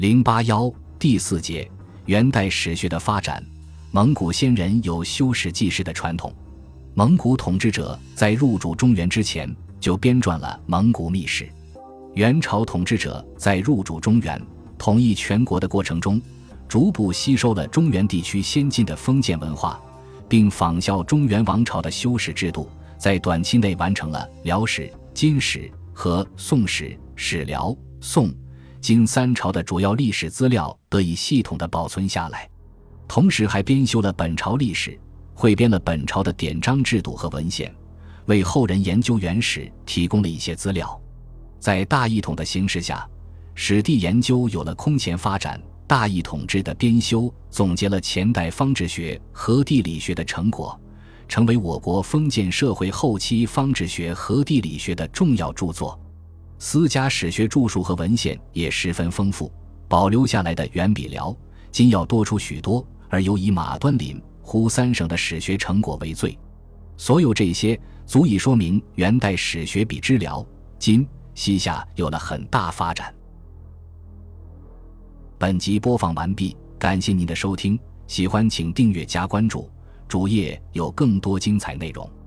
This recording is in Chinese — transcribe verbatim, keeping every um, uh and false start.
零八一第四节元代史学的发展。蒙古先人有修史记事的传统，蒙古统治者在入主中原之前就编撰了蒙古秘史。元朝统治者在入主中原统一全国的过程中，逐步吸收了中原地区先进的封建文化，并仿效中原王朝的修史制度，在短期内完成了辽史、金史和宋史、史辽、宋、金三朝的主要历史资料得以系统地保存下来，同时还编修了本朝历史，汇编了本朝的典章制度和文献，为后人研究元史提供了一些资料。在大一统的形势下，史地研究有了空前发展，大一统制的编修总结了前代方志学和地理学的成果，成为我国封建社会后期方志学和地理学的重要著作。私家史学著述和文献也十分丰富，保留下来的远比辽、金要多出许多，而尤以马端林、呼三省的史学成果为最。所有这些足以说明元代史学比之辽、金、西夏有了很大发展。本集播放完毕，感谢您的收听，喜欢请订阅加关注，主页有更多精彩内容。